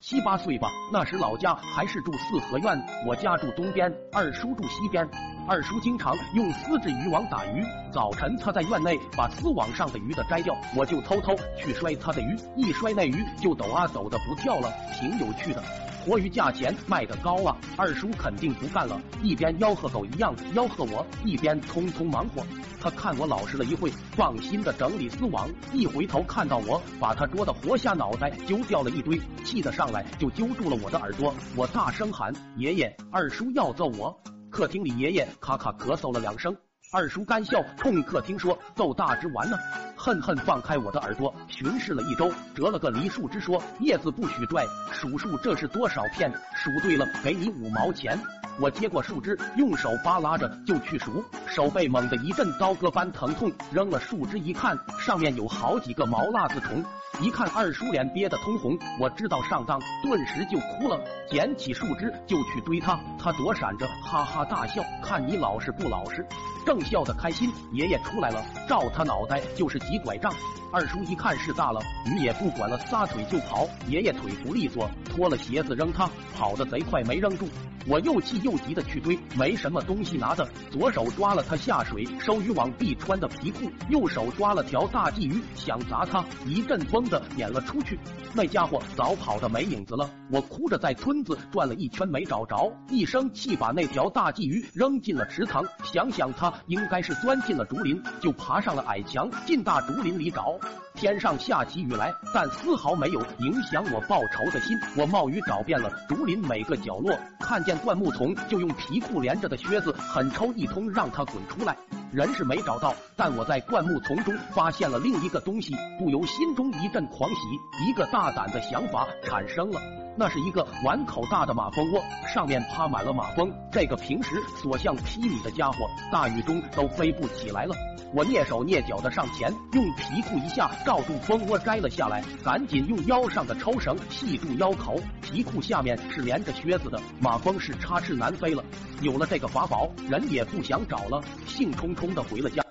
7、8岁吧，那时老家还是住4合院，我家住东边，二叔住西边。二叔经常用丝质渔网打鱼，早晨他在院内把丝网上的鱼的摘掉，我就偷偷去摔他的鱼，一摔那鱼就抖啊抖的不跳了，挺有趣的。活鱼价钱卖得高啊，二叔肯定不干了，一边吆喝狗一样吆喝我，一边匆匆忙活。他看我老实了一会，放心的整理丝网，一回头看到我把他捉的活虾脑袋揪掉了一堆，气得上来就揪住了我的耳朵，我大声喊：爷爷，二叔要揍我！客厅里爷爷咔咔咳嗽了2声，二叔干笑冲客厅说：揍大只玩呢！恨恨放开我的耳朵，巡视了一周，折了个梨树枝说：叶子不许拽，数数这是多少片，数对了给你5毛钱。我接过树枝，用手扒拉着就去数，手背猛地一阵刀割般疼痛，扔了树枝一看，上面有好几个毛辣子虫。一看二叔脸憋得通红，我知道上当，顿时就哭了，捡起树枝就去追他，他躲闪着，哈哈大笑，看你老实不老实。正笑得开心，爷爷出来了，照他脑袋就是几拐杖。二叔一看事大了，鱼也不管了，撒腿就跑。爷爷腿不利索，脱了鞋子扔他，跑得贼快，没扔住。我又气又急的去追，没什么东西拿的，左手抓了他下水收渔网必穿的皮裤，右手抓了条大鲫鱼，想砸他，一阵风的撵了出去。那家伙早跑的没影子了，我哭着在村子转了一圈没找着，一生气把那条大鲫鱼扔进了池塘，想想他应该是钻进了竹林，就爬上了矮墙进大竹林里找。天上下起雨来，但丝毫没有影响我报仇的心。我冒雨找遍了竹林每个角落，看见灌木丛就用皮裤连着的靴子狠抽一通，让他滚出来。人是没找到，但我在灌木丛中发现了另一个东西，不由心中一阵狂喜，一个大胆的想法产生了。那是一个碗口大的马蜂窝，上面趴满了马蜂，这个平时所向披靡的家伙，大雨中都飞不起来了。我蹑手蹑脚的上前，用皮裤一下罩住蜂窝摘了下来，赶紧用腰上的抽绳系住腰口，皮裤下面是连着靴子的，马蜂是插翅难飞了。有了这个法宝，人也不想找了，兴冲冲的回了家。